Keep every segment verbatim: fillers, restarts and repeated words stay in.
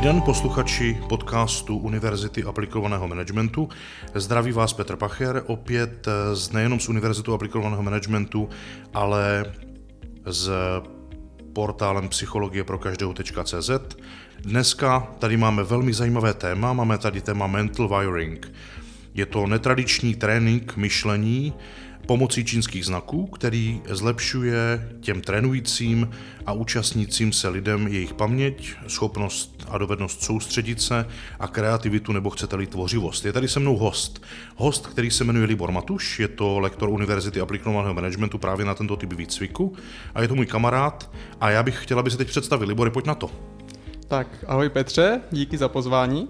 den, posluchači podcastu Univerzity aplikovaného managementu. Zdraví vás Petr Pacher, opět z, nejenom z Univerzitu aplikovaného managementu, ale s portálem psychologie pro každého tečka cé zet. Dneska tady máme velmi zajímavé téma, máme tady téma mental wiring. Je to netradiční trénink myšlení pomocí čínských znaků, který zlepšuje těm trénujícím a účastnícím se lidem jejich paměť, schopnost a dovednost soustředit se a kreativitu nebo chcete-li tvořivost. Je tady se mnou host. Host, který se jmenuje Libor Matuš, je to lektor Univerzity aplikovaného managementu právě na tento typ výcviku a je to můj kamarád a já bych chtěl, aby se teď představil. Libore, pojď na to. Tak, ahoj Petře, díky za pozvání.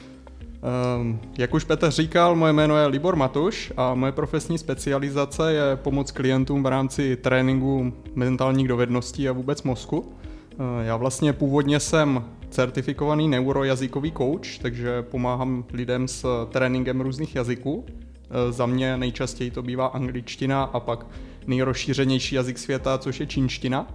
Um, jak už Petr říkal, moje jméno je Libor Matuš a moje profesní specializace je pomoc klientům v rámci tréninku mentálních dovedností a vůbec mozku. Uh, já vlastně původně jsem certifikovaný neurojazykový coach, takže pomáhám lidem s tréninkem různých jazyků. Uh, za mě nejčastěji to bývá angličtina a pak nejrozšířenější jazyk světa, což je čínština.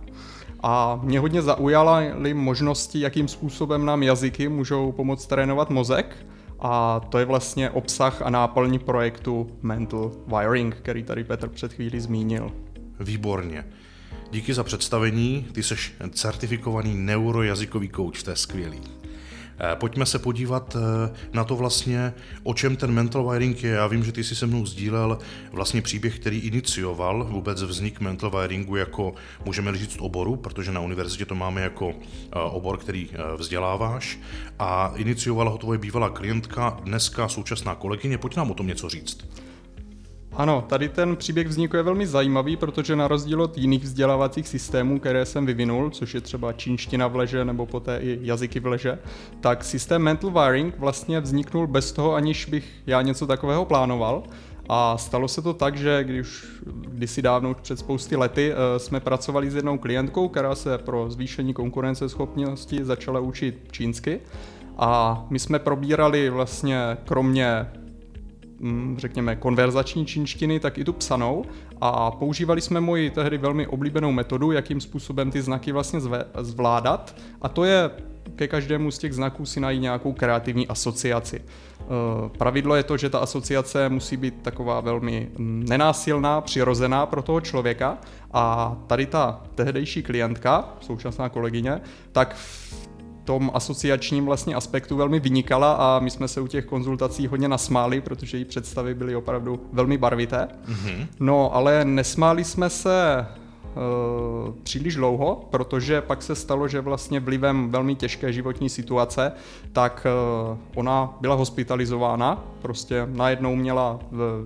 A mě hodně zaujaly možnosti, jakým způsobem nám jazyky můžou pomoct trénovat mozek. A to je vlastně obsah a náplň projektu Mental Wiring, který tady Petr před chvílí zmínil. Výborně. Díky za představení, ty jsi certifikovaný neurojazykový coach, to je skvělý. Pojďme se podívat na to vlastně, o čem ten mental wiring je. Já vím, že ty jsi se mnou sdílel vlastně příběh, který inicioval vůbec vznik mental wiringu jako, můžeme říct, oboru, protože na univerzitě to máme jako obor, který vzděláváš a iniciovala ho tvoje bývalá klientka, dneska současná kolegyně. Pojď nám o tom něco říct. Ano, tady ten příběh vzniku je velmi zajímavý, protože na rozdíl od jiných vzdělávacích systémů, které jsem vyvinul, což je třeba čínština v leže nebo poté i jazyky v leže, tak systém Mental Wiring vlastně vzniknul bez toho, aniž bych já něco takového plánoval. A stalo se to tak, že když kdysi dávno, už před spousty lety, jsme pracovali s jednou klientkou, která se pro zvýšení konkurenceschopnosti začala učit čínsky. A my jsme probírali vlastně kromě řekněme konverzační čínštiny, tak i tu psanou a používali jsme moji tehdy velmi oblíbenou metodu, jakým způsobem ty znaky vlastně zvládat, a to je ke každému z těch znaků si najít nějakou kreativní asociaci. Pravidlo je to, že ta asociace musí být taková velmi nenásilná, přirozená pro toho člověka a tady ta tehdejší klientka, současná kolegyně, tak v tom asociačním vlastně aspektu velmi vynikala a my jsme se u těch konzultací hodně nasmáli, protože její představy byly opravdu velmi barvité. Mm-hmm. No, ale nesmáli jsme se uh, příliš dlouho, protože pak se stalo, že vlastně vlivem velmi těžké životní situace, tak uh, ona byla hospitalizována, prostě najednou měla v,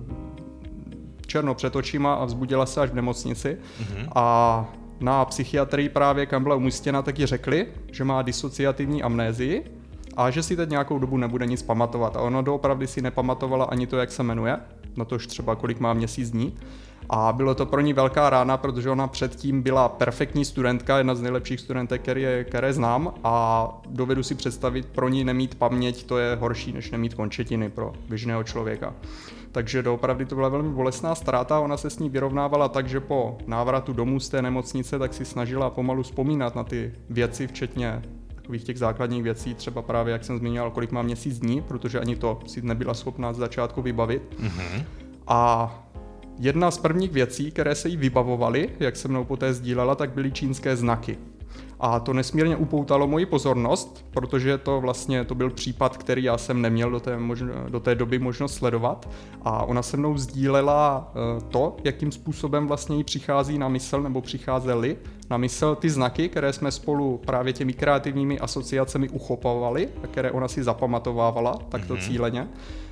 černo před očima a vzbudila se až v nemocnici. Mm-hmm. A na psychiatrii právě, kam byla umístěna, tak ji řekli, že má disociativní amnézii a že si teď nějakou dobu nebude nic pamatovat. A ona doopravdy si nepamatovala ani to, jak se jmenuje, na tož třeba kolik má měsíc dní. A bylo to pro ní velká rána, protože ona předtím byla perfektní studentka, jedna z nejlepších studentek, které, které znám, a dovedu si představit, pro ní nemít paměť, to je horší, než nemít končetiny pro běžného člověka. Takže doopravdy to byla velmi bolestná ztráta, ona se s ní vyrovnávala tak, že po návratu domů z té nemocnice tak si snažila pomalu vzpomínat na ty věci, včetně takových těch základních věcí, třeba právě, jak jsem zmínil, kolik má měsíc dní, protože ani to si nebyla schopná z začátku vybavit. Mm-hmm. A jedna z prvních věcí, které se jí vybavovaly, jak se mnou poté sdílela, tak byly čínské znaky. A to nesmírně upoutalo moji pozornost, protože to vlastně to byl případ, který já jsem neměl do té, možno, do té doby možnost sledovat. A ona se mnou sdílela to, jakým způsobem vlastně jí přichází na mysl, nebo přicházely na mysl ty znaky, které jsme spolu právě těmi kreativními asociacemi uchopovali, a které ona si zapamatovávala takto mm-hmm. cíleně.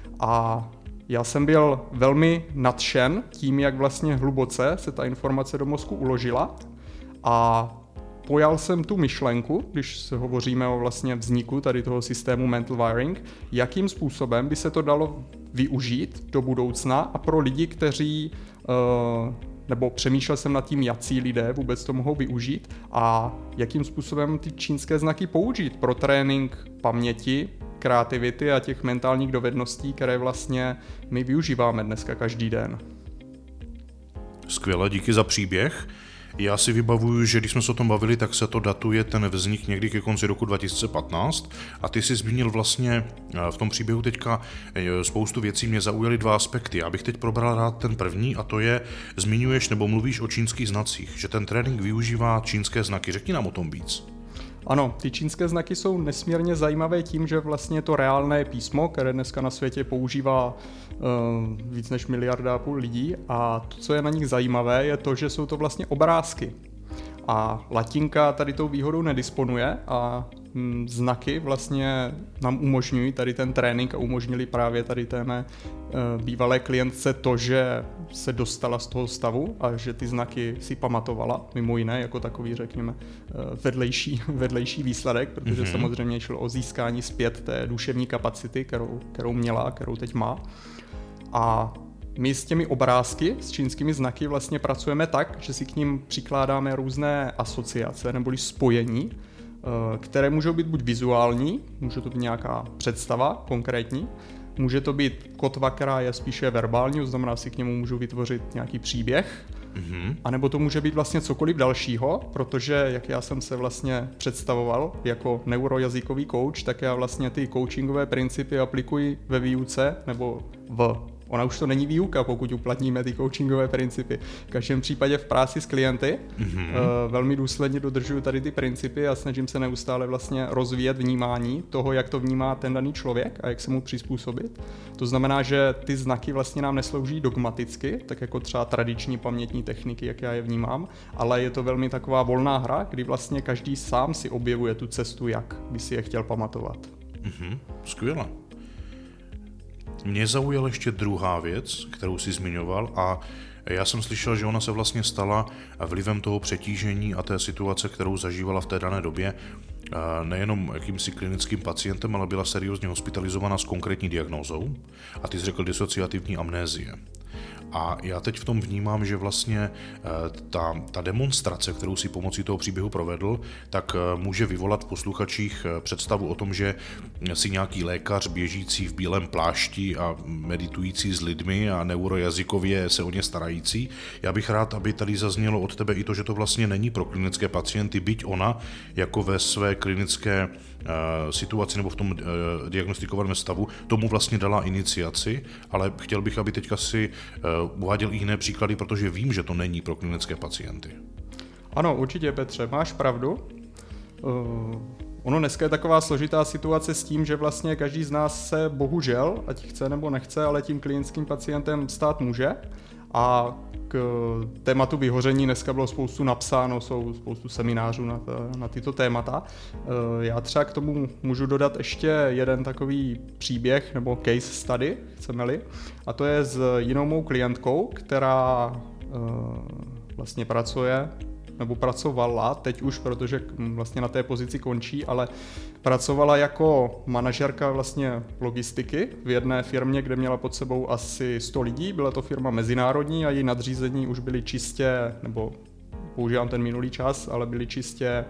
A já jsem byl velmi nadšen tím, jak vlastně hluboce se ta informace do mozku uložila, a pojal jsem tu myšlenku, když se hovoříme o vlastně vzniku tady toho systému Mental Wiring, jakým způsobem by se to dalo využít do budoucna a pro lidi, kteří, nebo přemýšlel jsem nad tím, jací lidé vůbec to mohou využít a jakým způsobem ty čínské znaky použít pro trénink paměti, kreativity a těch mentálních dovedností, které vlastně my využíváme dneska každý den. Skvěle, díky za příběh. Já si vybavuju, že když jsme se o tom bavili, tak se to datuje ten vznik někdy ke konci roku dva tisíce patnáct a ty jsi zmínil vlastně v tom příběhu teďka spoustu věcí, mě zaujaly dva aspekty. Já bych teď probral rád ten první a to je, zmiňuješ nebo mluvíš o čínských znacích, že ten trénink využívá čínské znaky. Řekni nám o tom víc. Ano, ty čínské znaky jsou nesmírně zajímavé tím, že vlastně to reálné písmo, které dneska na světě používá uh, víc než miliarda a půl lidí, a to, co je na nich zajímavé, je to, že jsou to vlastně obrázky. A latinka tady tou výhodou nedisponuje a hm, znaky vlastně nám umožňují tady ten trénink a umožnili právě tady té mé e, bývalé klientce to, že se dostala z toho stavu a že ty znaky si pamatovala, mimo jiné jako takový, řekněme, vedlejší, vedlejší výsledek, protože mm-hmm. samozřejmě šlo o získání zpět té duševní kapacity, kterou, kterou měla, kterou teď má. A my s těmi obrázky, s čínskými znaky vlastně pracujeme tak, že si k ním přikládáme různé asociace neboli spojení, které můžou být buď vizuální, může to být nějaká představa konkrétní, může to být kotva, která je spíše verbální, to znamená, si k němu můžu vytvořit nějaký příběh, mm-hmm. anebo to může být vlastně cokoliv dalšího, protože jak já jsem se vlastně představoval jako neurojazykový coach, tak já vlastně ty coachingové principy aplikuji ve výuce nebo v Ona už to není výuka, pokud uplatníme ty coachingové principy. V každém případě v práci s klienty mm-hmm. uh, velmi důsledně dodržuju tady ty principy a snažím se neustále vlastně rozvíjet vnímání toho, jak to vnímá ten daný člověk a jak se mu přizpůsobit. To znamená, že ty znaky vlastně nám neslouží dogmaticky, tak jako třeba tradiční pamětní techniky, jak já je vnímám, ale je to velmi taková volná hra, kdy vlastně každý sám si objevuje tu cestu, jak by si je chtěl pamatovat. Mm-hmm. Skvěle. Mě zaujala ještě druhá věc, kterou jsi zmiňoval, a já jsem slyšel, že ona se vlastně stala vlivem toho přetížení a té situace, kterou zažívala v té dané době, nejenom jakýmsi klinickým pacientem, ale byla seriózně hospitalizovaná s konkrétní diagnózou, a ty jsi řekl disociativní amnézie. A já teď v tom vnímám, že vlastně ta, ta demonstrace, kterou si pomocí toho příběhu provedl, tak může vyvolat v posluchačích představu o tom, že si nějaký lékař běžící v bílém plášti a meditující s lidmi a neurojazykově se o ně starající. Já bych rád, aby tady zaznělo od tebe i to, že to vlastně není pro klinické pacienty, byť ona jako ve své klinické uh, situaci nebo v tom uh, diagnostikovaném stavu tomu vlastně dala iniciaci, ale chtěl bych, aby teďka si uh, uváděl i jiné příklady, protože vím, že to není pro klinické pacienty. Ano, určitě, Petře, máš pravdu. Uh, ono dneska je taková složitá situace s tím, že vlastně každý z nás se bohužel, ať chce nebo nechce, ale tím klinickým pacientem stát může. A k tématu vyhoření dneska bylo spoustu napsáno, jsou spoustu seminářů na, ta, na tyto témata. Já třeba k tomu můžu dodat ještě jeden takový příběh nebo case study, chceme-li. A to je s jinou mou klientkou, která vlastně pracuje nebo pracovala, teď už, protože vlastně na té pozici končí, ale pracovala jako manažerka vlastně logistiky v jedné firmě, kde měla pod sebou asi sto lidí, byla to firma mezinárodní a její nadřízení už byli čistě, nebo používám ten minulý čas, ale byli čistě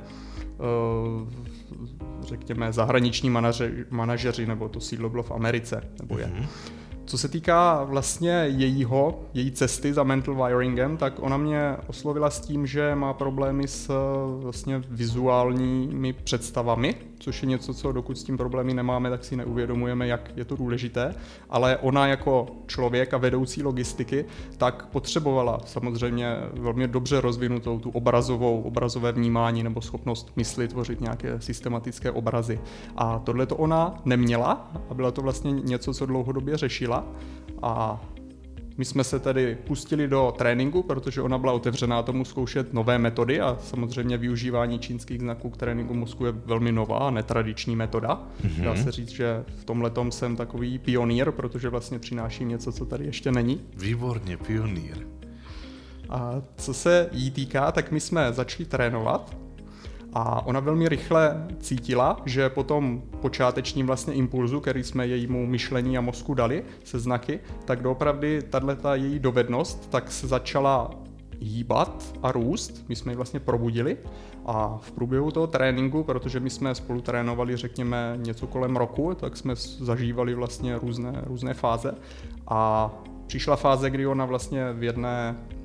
řekněme zahraniční manažeři, manažeři, nebo to sídlo bylo v Americe, nebo je. Mm-hmm. Co se týká vlastně jejího, její cesty za mental wiringem, tak ona mě oslovila s tím, že má problémy s vlastně vizuálními představami, což je něco, co dokud s tím problémy nemáme, tak si neuvědomujeme, jak je to důležité, ale ona jako člověk a vedoucí logistiky tak potřebovala samozřejmě velmi dobře rozvinutou tu obrazovou, obrazové vnímání nebo schopnost mysli, tvořit nějaké systematické obrazy. A tohle to ona neměla a byla to vlastně něco, co dlouhodobě řešila. A my jsme se tedy pustili do tréninku, protože ona byla otevřená tomu zkoušet nové metody a samozřejmě využívání čínských znaků k tréninku mozku je velmi nová, netradiční metoda. Mm-hmm. Dá se říct, že v tomhletom jsem takový pionýr, protože vlastně přináším něco, co tady ještě není. Výborně, pionýr. A co se jí týká, tak my jsme začali trénovat. A ona velmi rychle cítila, že po tom počátečním vlastně impulzu, který jsme jejímu myšlení a mozku dali se znaky, tak doopravdy tato její dovednost tak se začala hýbat a růst. My jsme ji vlastně probudili a v průběhu toho tréninku, protože my jsme spolu trénovali řekněme něco kolem roku, tak jsme zažívali vlastně různé, různé fáze a přišla fáze, kdy ona vlastně v jedné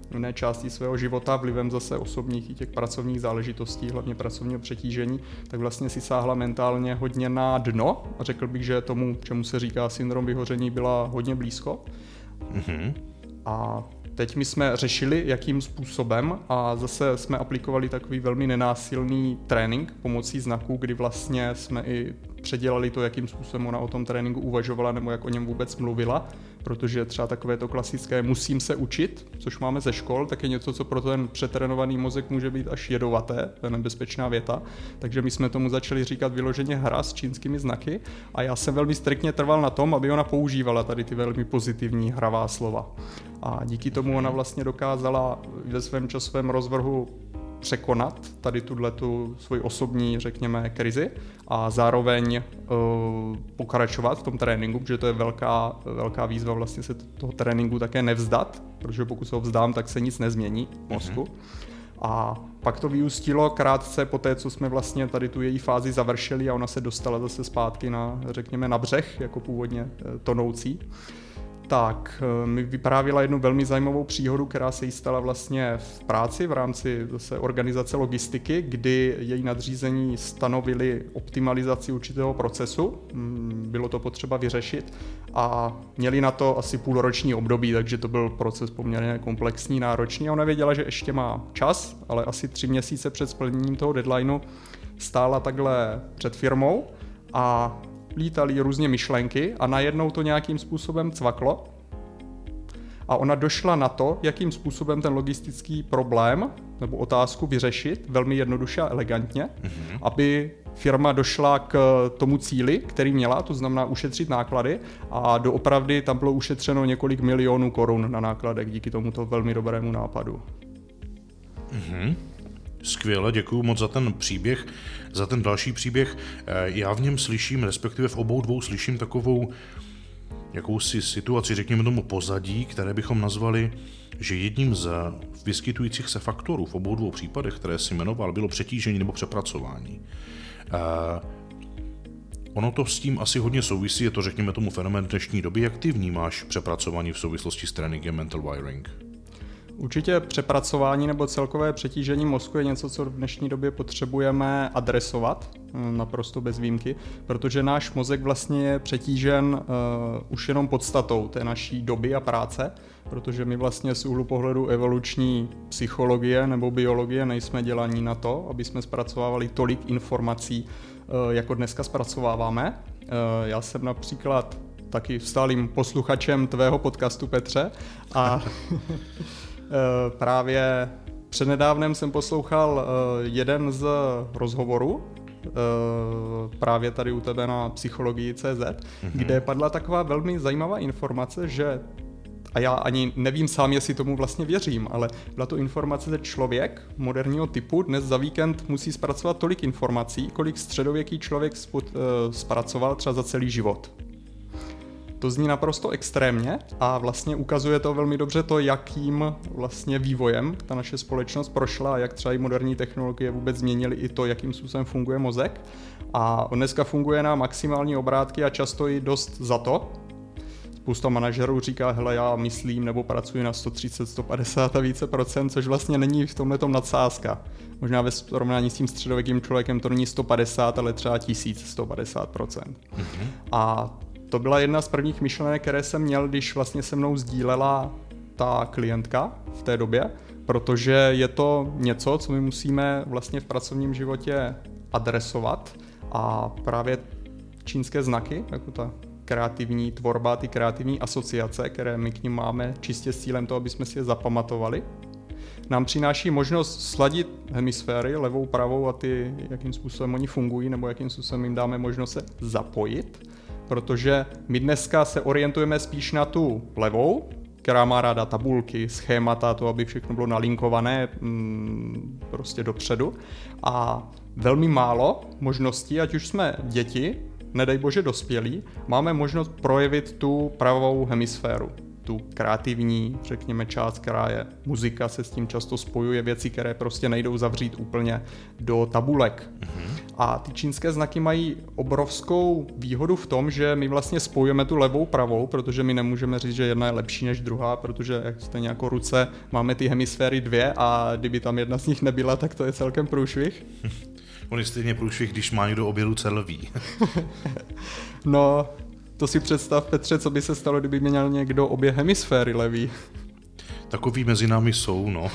jiné části svého života vlivem zase osobních i těch pracovních záležitostí, hlavně pracovního přetížení, tak vlastně si sáhla mentálně hodně na dno a řekl bych, že tomu, čemu se říká syndrom vyhoření, byla hodně blízko. Mm-hmm. A teď my jsme řešili, jakým způsobem, a zase jsme aplikovali takový velmi nenásilný trénink pomocí znaků, kdy vlastně jsme i předělali to, jakým způsobem ona o tom tréninku uvažovala nebo jak o něm vůbec mluvila, protože třeba takové to klasické musím se učit, což máme ze škol, tak je něco, co pro ten přetrénovaný mozek může být až jedovaté, to je nebezpečná věta, takže my jsme tomu začali říkat vyloženě hra s čínskými znaky a já jsem velmi striktně trval na tom, aby ona používala tady ty velmi pozitivní hravá slova. A díky tomu ona vlastně dokázala ve svém časovém rozvrhu překonat tady tuhletu svoji osobní, řekněme, krizi a zároveň uh, pokračovat v tom tréninku, protože to je velká, velká výzva vlastně se toho tréninku také nevzdat, protože pokud se ho vzdám, tak se nic nezmění v mozku. Mm-hmm. A pak to vyústilo krátce po té, co jsme vlastně tady tu její fázi završili a ona se dostala zase zpátky na, řekněme, na břeh, jako původně tonoucí. Tak mi vyprávěla jednu velmi zajímavou příhodu, která se jí stala vlastně v práci v rámci zase organizace logistiky, kdy její nadřízení stanovili optimalizaci určitého procesu, bylo to potřeba vyřešit a měli na to asi půlroční období, takže to byl proces poměrně komplexní, náročný a ona věděla, že ještě má čas, ale asi tři měsíce před splněním toho deadlineu stála takhle před firmou a lítaly různě myšlenky a najednou to nějakým způsobem cvaklo a ona došla na to, jakým způsobem ten logistický problém nebo otázku vyřešit velmi jednoduše a elegantně, mm-hmm. aby firma došla k tomu cíli, který měla, to znamená ušetřit náklady a doopravdy tam bylo ušetřeno několik milionů korun na nákladech díky tomuto velmi dobrému nápadu. Mm-hmm. Skvěle, děkuju moc za ten příběh, za ten další příběh. Já v něm slyším, respektive v obou dvou slyším takovou jakousi situaci, řekněme tomu pozadí, které bychom nazvali, že jedním z vyskytujících se faktorů v obou dvou případech, které si jmenoval, bylo přetížení nebo přepracování. Ono to s tím asi hodně souvisí, je to, řekněme tomu, fenomén dnešní doby. Jak ty vnímáš přepracování v souvislosti s tréninkem Mental Wiring? Určitě přepracování nebo celkové přetížení mozku je něco, co v dnešní době potřebujeme adresovat, naprosto bez výjimky, protože náš mozek vlastně je přetížen uh, už jenom podstatou té naší doby a práce, protože my vlastně z úhlu pohledu evoluční psychologie nebo biologie nejsme dělaní na to, aby jsme zpracovávali tolik informací, uh, jako dneska zpracováváme. Uh, já jsem například taky stálým posluchačem tvého podcastu, Petře, a právě přednedávnem jsem poslouchal jeden z rozhovorů právě tady u tebe na psychologii tečka cé zet, mm-hmm. kde padla taková velmi zajímavá informace, že a já ani nevím sám, jestli tomu vlastně věřím, ale byla to informace, že člověk moderního typu dnes za víkend musí zpracovat tolik informací, kolik středověký člověk zpracoval třeba za celý život. To zní naprosto extrémně a vlastně ukazuje to velmi dobře to, jakým vlastně vývojem ta naše společnost prošla a jak třeba i moderní technologie vůbec změnily i to, jakým způsobem funguje mozek. A on dneska funguje na maximální obrátky a často i dost za to. Spousta manažerů říká, hele, já myslím nebo pracuji na sto třicet, sto padesát a více procent, což vlastně není v tomhletom nadsázka. Možná ve srovnání s tím středověkým člověkem to není sto padesát, ale třeba tisíc sto padesát procent. Mm-hmm. A to byla jedna z prvních myšlenek, které jsem měl, když vlastně se mnou sdílela ta klientka v té době, protože je to něco, co my musíme vlastně v pracovním životě adresovat a právě čínské znaky, jako ta kreativní tvorba, ty kreativní asociace, které my k nim máme čistě s cílem toho, aby jsme si je zapamatovali, nám přináší možnost sladit hemisféry, levou, pravou a ty, jakým způsobem oni fungují, nebo jakým způsobem jim dáme možnost se zapojit, protože my dneska se orientujeme spíš na tu levou, která má ráda tabulky, schémata, to, aby všechno bylo nalinkované mm, prostě dopředu a velmi málo možností, ať už jsme děti, nedej bože dospělí, máme možnost projevit tu pravou hemisféru, tu kreativní, řekněme, část, která je muzika, se s tím často spojuje věci, které prostě nejdou zavřít úplně do tabulek. Mm-hmm. A ty čínské znaky mají obrovskou výhodu v tom, že my vlastně spojujeme tu levou pravou, protože my nemůžeme říct, že jedna je lepší než druhá, protože jak stejně jako ruce máme ty hemisféry dvě a kdyby tam jedna z nich nebyla, tak to je celkem průšvih. On je stejně průšvih, když má někdo obě ruce levý. No, to si představ, Petře, co by se stalo, kdyby měl někdo obě hemisféry levý. Takový mezi námi jsou, no.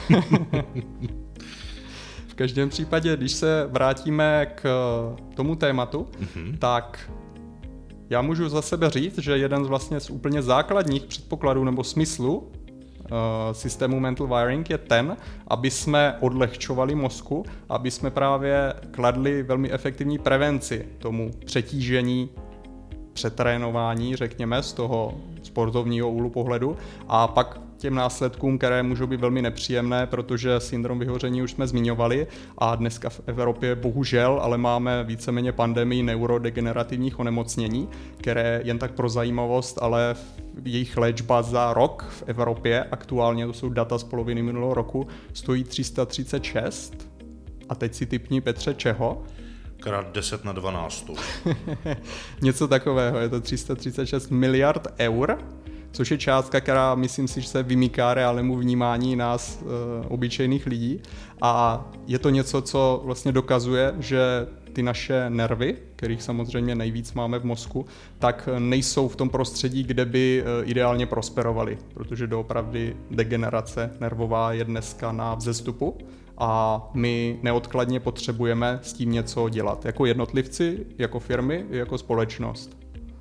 V každém případě, když se vrátíme k tomu tématu, mm-hmm. tak já můžu za sebe říct, že jeden z vlastně z úplně základních předpokladů nebo smyslů uh, systému mental wiring je ten, aby jsme odlehčovali mozku, aby jsme právě kladli velmi efektivní prevenci tomu přetížení, přetrénování, řekněme, z toho sportovního úhlu pohledu a pak těm následkům, které můžou být velmi nepříjemné, protože syndrom vyhoření už jsme zmiňovali a dneska v Evropě bohužel, ale máme víceméně pandemii neurodegenerativních onemocnění, které jen tak pro zajímavost, ale jejich léčba za rok v Evropě, aktuálně to jsou data z poloviny minulého roku, stojí tři sta třicet šest. A teď si tipni, Petře, čeho? Krát deset na dvanáct. Něco takového, je to tři sta třicet šest miliard eur, což je částka, která myslím si, že se vymýká reálnému vnímání nás, e, obyčejných lidí. A je to něco, co vlastně dokazuje, že ty naše nervy, kterých samozřejmě nejvíc máme v mozku, tak nejsou v tom prostředí, kde by ideálně prosperovaly, protože doopravdy degenerace nervová je dneska na vzestupu a my neodkladně potřebujeme s tím něco dělat. Jako jednotlivci, jako firmy, jako společnost.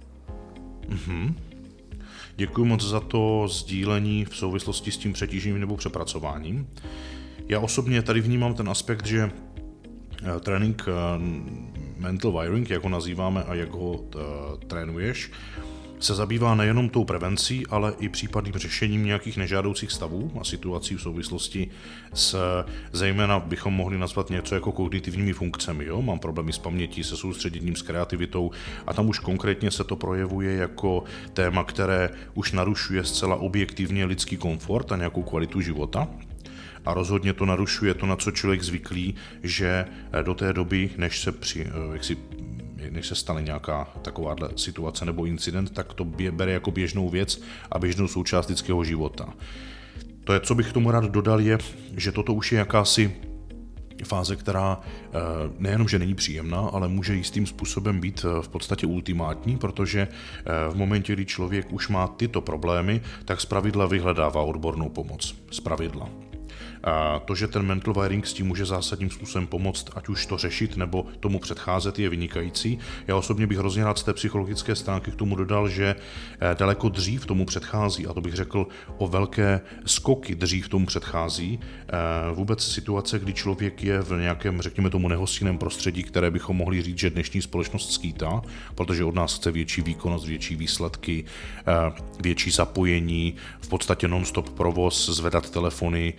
Mhm. Děkuji moc za to sdílení v souvislosti s tím přetížením nebo přepracováním. Já osobně tady vnímám ten aspekt, že trénink mental wiring, jak ho nazýváme a jak ho trénuješ, se zabývá nejenom tou prevencí, ale i případným řešením nějakých nežádoucích stavů a situací v souvislosti s, zejména bychom mohli nazvat něco jako kognitivními funkcemi. Jo? Mám problémy s pamětí, se soustředěním, s kreativitou a tam už konkrétně se to projevuje jako téma, které už narušuje zcela objektivně lidský komfort a nějakou kvalitu života. A rozhodně to narušuje to, na co člověk zvyklý, že do té doby, než se, při, jak si, než se stane nějaká takováhle situace nebo incident, tak to bere jako běžnou věc a běžnou součást lidského života. To je, co bych k tomu rád dodal, je, že toto už je jakási fáze, která nejenom, že není příjemná, ale může jistým způsobem být v podstatě ultimátní, protože v momentě, kdy člověk už má tyto problémy, tak zpravidla vyhledává odbornou pomoc. Zpravidla. A to, že ten mental wiring s tím může zásadním způsobem pomoct, ať už to řešit nebo tomu předcházet, je vynikající. Já osobně bych hrozně rád z té psychologické stránky k tomu dodal, že daleko dřív tomu předchází, a to bych řekl o velké skoky dřív tomu předchází, vůbec situace, kdy člověk je v nějakém, řekněme tomu, nehostinném prostředí, které bychom mohli říct, že dnešní společnost skýtá, protože od nás chce větší výkonnost, větší výsledky, větší zapojení, v podstatě non-stop provoz, zvedat telefony,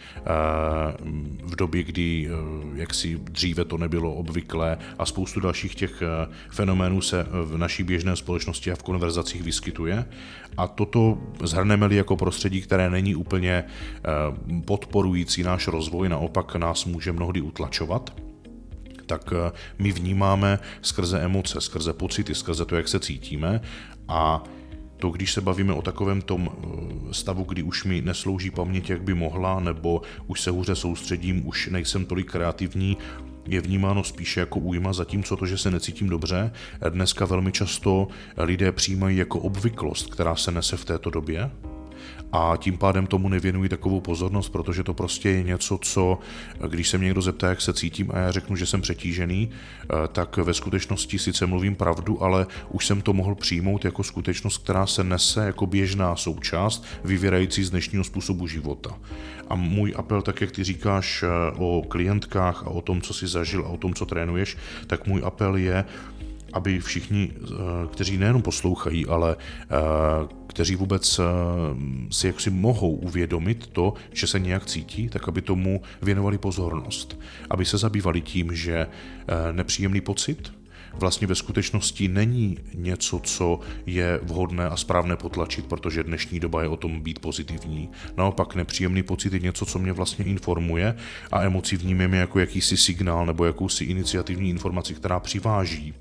v době, kdy jaksi dříve to nebylo obvyklé a spoustu dalších těch fenoménů se v naší běžné společnosti a v konverzacích vyskytuje. A toto zhrneme-li jako prostředí, které není úplně podporující náš rozvoj, naopak nás může mnohdy utlačovat, tak my vnímáme skrze emoce, skrze pocity, skrze to, jak se cítíme a to, když se bavíme o takovém tom stavu, kdy už mi neslouží paměť, jak by mohla, nebo už se hůře soustředím, už nejsem tolik kreativní, je vnímáno spíše jako újma, zatímco to, že se necítím dobře, dneska velmi často lidé přijímají jako obvyklost, která se nese v této době. A tím pádem tomu nevěnují takovou pozornost, protože to prostě je něco, co, když se mě někdo zeptá, jak se cítím a já řeknu, že jsem přetížený, tak ve skutečnosti sice mluvím pravdu, ale už jsem to mohl přijmout jako skutečnost, která se nese jako běžná součást, vyvěrající z dnešního způsobu života. A můj apel, tak jak ty říkáš o klientkách a o tom, co jsi zažil a o tom, co trénuješ, tak můj apel je, aby všichni, kteří nejenom poslouchají, ale kteří vůbec si jaksi mohou uvědomit to, že se nějak cítí, tak aby tomu věnovali pozornost. Aby se zabývali tím, že nepříjemný pocit vlastně ve skutečnosti není něco, co je vhodné a správné potlačit, protože dnešní doba je o tom být pozitivní. Naopak nepříjemný pocit je něco, co mě vlastně informuje a emoci vnímám jako jakýsi signál nebo jakousi iniciativní informaci, která přiváží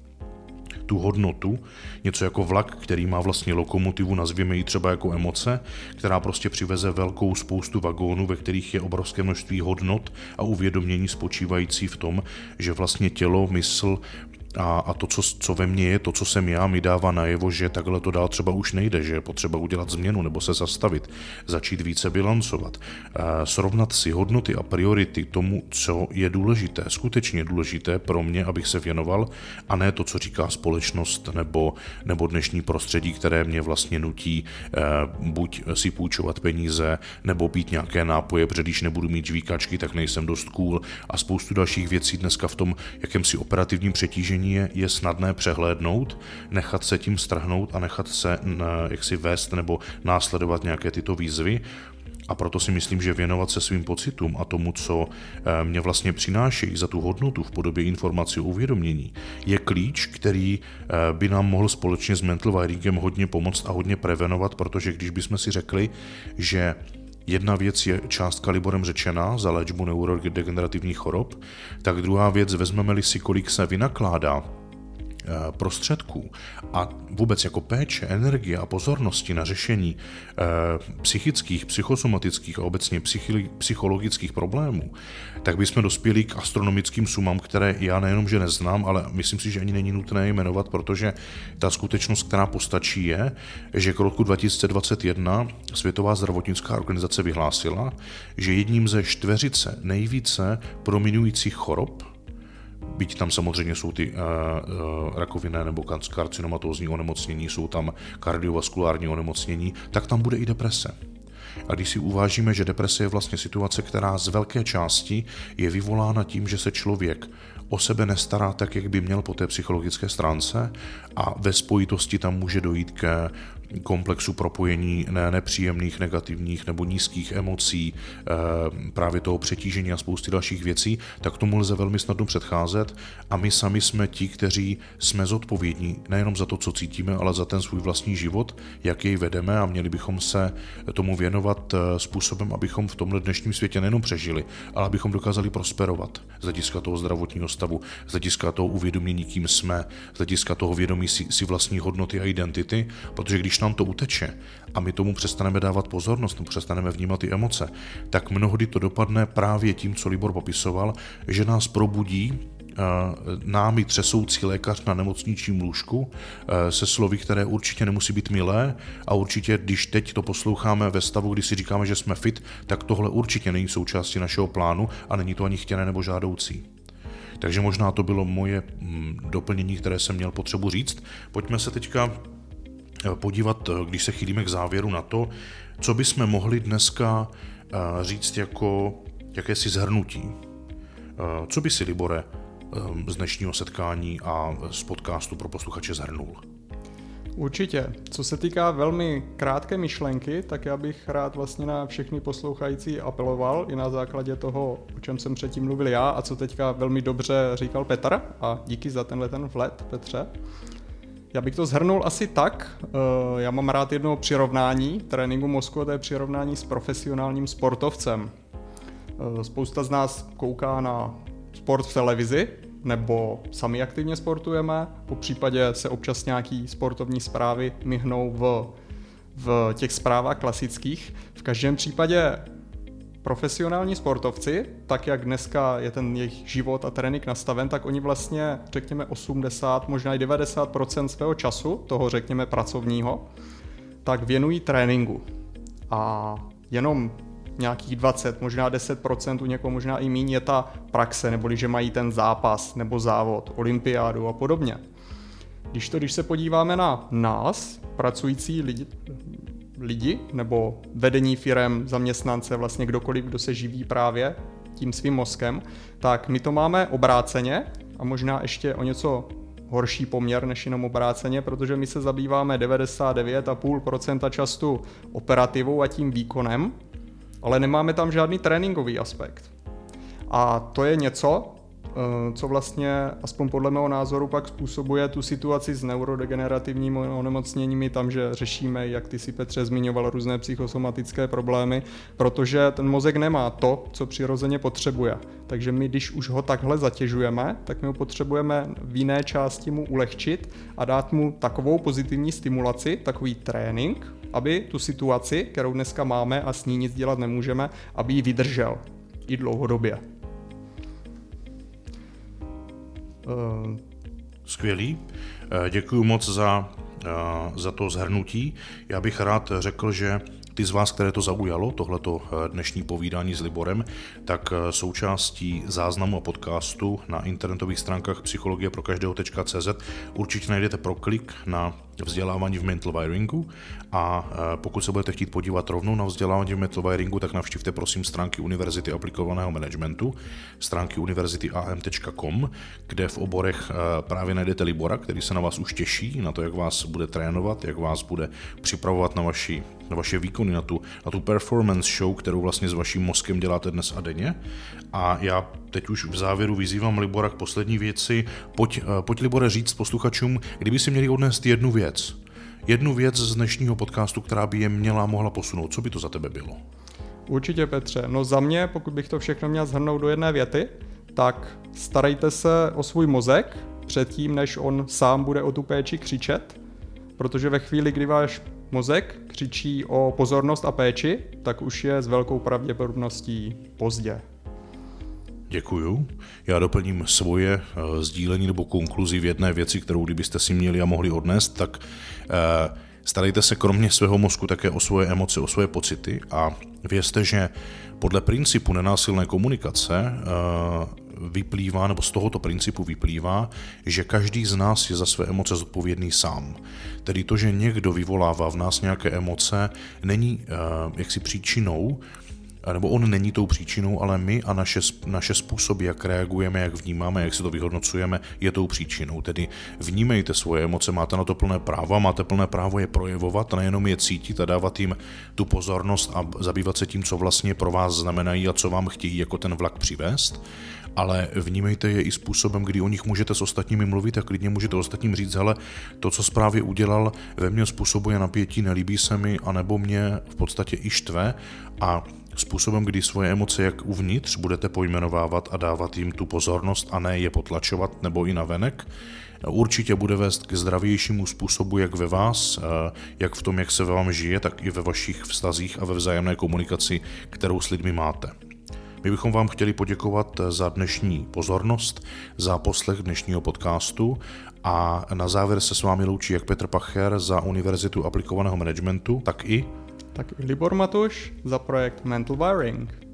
tu hodnotu, něco jako vlak, který má vlastně lokomotivu, nazvěme ji třeba jako emoce, která prostě přiveze velkou spoustu vagónů, ve kterých je obrovské množství hodnot a uvědomění spočívající v tom, že vlastně tělo, mysl a, a to, co, co ve mně je, to, co jsem já, mi dává najevo, že takhle to dál třeba už nejde, že je potřeba udělat změnu nebo se zastavit, začít více bilancovat, e, srovnat si hodnoty a priority tomu, co je důležité, skutečně důležité pro mě, abych se věnoval, a ne to, co říká společnost nebo, nebo dnešní prostředí, které mě vlastně nutí e, buď si půjčovat peníze, nebo pít nějaké nápoje, protože když nebudu mít žvíkačky, tak nejsem dost cool a spoustu dalších věcí dneska v tom jakémsi operativním přetížení Je, je snadné přehlédnout, nechat se tím strhnout a nechat se jaksi vést nebo následovat nějaké tyto výzvy. A proto si myslím, že věnovat se svým pocitům a tomu, co mě vlastně přinášejí za tu hodnotu v podobě informací o uvědomění, je klíč, který by nám mohl společně s mental wiringem hodně pomoct a hodně prevenovat, protože když bychom si řekli, že jedna věc je částka liborem řečená za léčbu neurodegenerativních chorob, tak druhá věc, vezmeme-li si, kolik se vynakládá prostředků a vůbec jako péče, energie a pozornosti na řešení eh, psychických, psychosomatických a obecně psychi- psychologických problémů, tak bychom dospěli k astronomickým sumám, které já nejenom, že neznám, ale myslím si, že ani není nutné jmenovat, protože ta skutečnost, která postačí, je, že k roku dva tisíce dvacet jedna Světová zdravotnická organizace vyhlásila, že jedním ze čtveřice nejvíce promiňujících chorob, byť tam samozřejmě jsou ty uh, uh, rakovinné nebo karcinomatózní onemocnění, jsou tam kardiovaskulární onemocnění, tak tam bude i deprese. A když si uvážíme, že deprese je vlastně situace, která z velké části je vyvolána tím, že se člověk o sebe nestará tak, jak by měl po té psychologické stránce a ve spojitosti tam může dojít ke komplexu propojení ne, nepříjemných, negativních nebo nízkých emocí, e, právě toho přetížení a spousty dalších věcí, tak tomu lze velmi snadno předcházet a my sami jsme ti, kteří jsme zodpovědní nejenom za to, co cítíme, ale za ten svůj vlastní život, jak jej vedeme a měli bychom se tomu věnovat způsobem, abychom v tomhle dnešním světě nejenom přežili, ale abychom dokázali prosperovat z hlediska toho zdravotního stavu, z hlediska toho uvědomění, kým jsme, z hlediska toho vědomí si, si vlastní hodnoty a identity, protože když nám to uteče a my tomu přestaneme dávat pozornost, nebo přestaneme vnímat ty emoce, tak mnohdy to dopadne právě tím, co Libor popisoval, že nás probudí námi třesoucí lékař na nemocničním lůžku se slovy, které určitě nemusí být milé a určitě, když teď to posloucháme ve stavu, kdy si říkáme, že jsme fit, tak tohle určitě není součástí našeho plánu a není to ani chtěné nebo žádoucí. Takže možná to bylo moje doplnění, které jsem měl potřebu říct. Pojďme se teďka podívat, když se chýlíme k závěru, na to, co bychom mohli dneska říct jako jakési shrnutí. Co by si, Libore, z dnešního setkání a z podcastu pro posluchače shrnul? Určitě. Co se týká velmi krátké myšlenky, tak já bych rád vlastně na všechny poslouchající apeloval i na základě toho, o čem jsem předtím mluvil já a co teďka velmi dobře říkal Petr, a díky za tenhle ten vlet, Petře. Já bych to shrnul asi tak, já mám rád jedno přirovnání tréninku mozku, to je přirovnání s profesionálním sportovcem. Spousta z nás kouká na sport v televizi, nebo sami aktivně sportujeme, po případě se občas nějaký sportovní zprávy myhnou v, v těch zprávách klasických. V každém případě profesionální sportovci, tak jak dneska je ten jejich život a trénink nastaven, tak oni vlastně, řekněme, osmdesát, možná i devadesát procent svého času, toho řekněme pracovního, tak věnují tréninku. A jenom nějakých dvacet, možná deset procent, u někoho možná i míň, je ta praxe, neboli že mají ten zápas nebo závod, olympiádu a podobně. Když to, když se podíváme na nás, pracující lidi, lidi nebo vedení firem, zaměstnance, vlastně kdokoliv, kdo se živí právě tím svým mozkem, tak my to máme obráceně a možná ještě o něco horší poměr než jenom obráceně, protože my se zabýváme devadesát devět celá pět procenta času operativou a tím výkonem, ale nemáme tam žádný tréninkový aspekt. A to je něco, co vlastně, aspoň podle mého názoru, pak způsobuje tu situaci s neurodegenerativními onemocněními, tam, že řešíme, jak ty si, Petře, zmiňoval, různé psychosomatické problémy, protože ten mozek nemá to, co přirozeně potřebuje. Takže my, když už ho takhle zatěžujeme, tak my ho potřebujeme v jiné části mu ulehčit a dát mu takovou pozitivní stimulaci, takový trénink, aby tu situaci, kterou dneska máme a s ní nic dělat nemůžeme, aby ji vydržel i dlouhodobě. Skvělý. Děkuji moc za, za to shrnutí. Já bych rád řekl, že ty z vás, které to zaujalo, tohleto dnešní povídání s Liborem, tak součástí záznamu a podcastu na internetových stránkách psychologie pro každého tečka cé zet určitě najdete proklik na vzdělávání v mental wiringu a pokud se budete chtít podívat rovnou na vzdělávání v mental wiringu, tak navštivte prosím stránky Univerzity aplikovaného managementu, stránky univerzity a m tečka com, kde v oborech právě najdete Libora, který se na vás už těší, na to, jak vás bude trénovat, jak vás bude připravovat na, vaši, na vaše výkony, na tu, na tu performance show, kterou vlastně s vaším mozkem děláte dnes a denně. A já teď už v závěru vyzývám Libora k poslední věci. Pojď, pojď Libore, říct posluchačům, kdyby si měli odnést jednu věc, jednu věc z dnešního podcastu, která by je měla mohla posunout, co by to za tebe bylo? Určitě, Petře. No za mě, pokud bych to všechno měl shrnout do jedné věty, tak starejte se o svůj mozek předtím, než on sám bude o tu péči křičet, protože ve chvíli, kdy váš mozek křičí o pozornost a péči, tak už je s velkou pravděpodobností pozdě. Děkuju. Já doplním svoje uh, sdílení nebo konkluzi v jedné věci, kterou kdybyste si měli a mohli odnést, tak uh, starejte se kromě svého mozku také o svoje emoce, o svoje pocity a vězte, že podle principu nenásilné komunikace uh, vyplývá, nebo z tohoto principu vyplývá, že každý z nás je za své emoce zodpovědný sám. Tedy to, že někdo vyvolává v nás nějaké emoce, není uh, jaksi příčinou, nebo on není tou příčinou, ale my a naše, naše způsoby, jak reagujeme, jak vnímáme, jak si to vyhodnocujeme, je tou příčinou. Tedy vnímejte svoje emoce, máte na to plné právo, máte plné právo je projevovat, nejenom je cítit a dávat jim tu pozornost a zabývat se tím, co vlastně pro vás znamenají a co vám chtějí jako ten vlak přivést, ale vnímejte je i způsobem, kdy o nich můžete s ostatními mluvit a klidně můžete ostatním říct, hele, to, co správně udělal, ve mně způsobuje napětí, nelíbí se mi, anebo mě v podstatě i štve a způsobem, kdy svoje emoce jak uvnitř budete pojmenovávat a dávat jim tu pozornost a ne je potlačovat nebo i navenek, určitě bude vést k zdravějšímu způsobu jak ve vás, jak v tom, jak se vám žije, tak i ve vašich vztazích a ve vzájemné komunikaci, kterou s lidmi máte. My bychom vám chtěli poděkovat za dnešní pozornost, za poslech dnešního podcastu a na závěr se s vámi loučí jak Petr Pacher za Univerzitu aplikovaného managementu, tak i tak i Libor Matuš za projekt Mental Wiring.